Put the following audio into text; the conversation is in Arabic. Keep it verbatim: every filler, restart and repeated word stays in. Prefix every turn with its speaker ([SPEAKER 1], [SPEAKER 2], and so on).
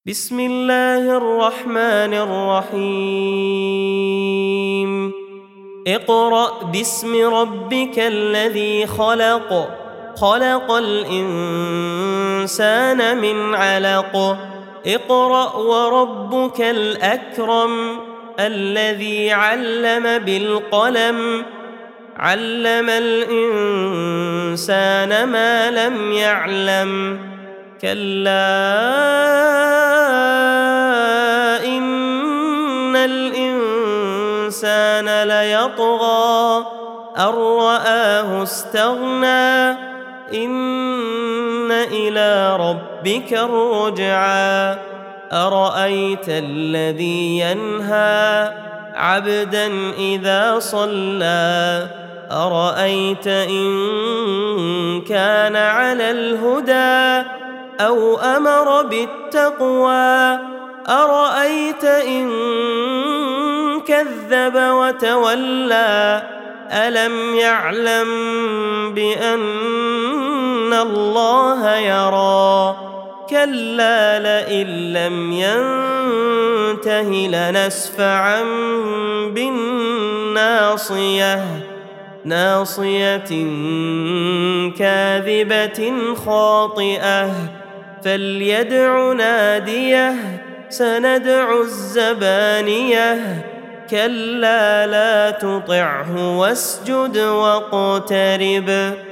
[SPEAKER 1] بسم الله الرحمن الرحيم اقرأ باسم ربك الذي خلق خلق الإنسان من علق اقرأ وربك الأكرم الذي علم بالقلم علم الإنسان ما لم يعلم كلا إن الإنسان ليطغى أن رآه استغنى إن إلى ربك الرجعى أرأيت الذي ينهى عبدا إذا صلى أرأيت إن كان على الهدى أو أمر بالتقوى أرأيت إن كذب وتولى ألم يعلم بأن الله يرى كلا لئن لم ينته لنسفعا بالناصية ناصية كاذبة خاطئة فليدع ناديه سندع الزبانية كلا لا تطعه واسجد واقترب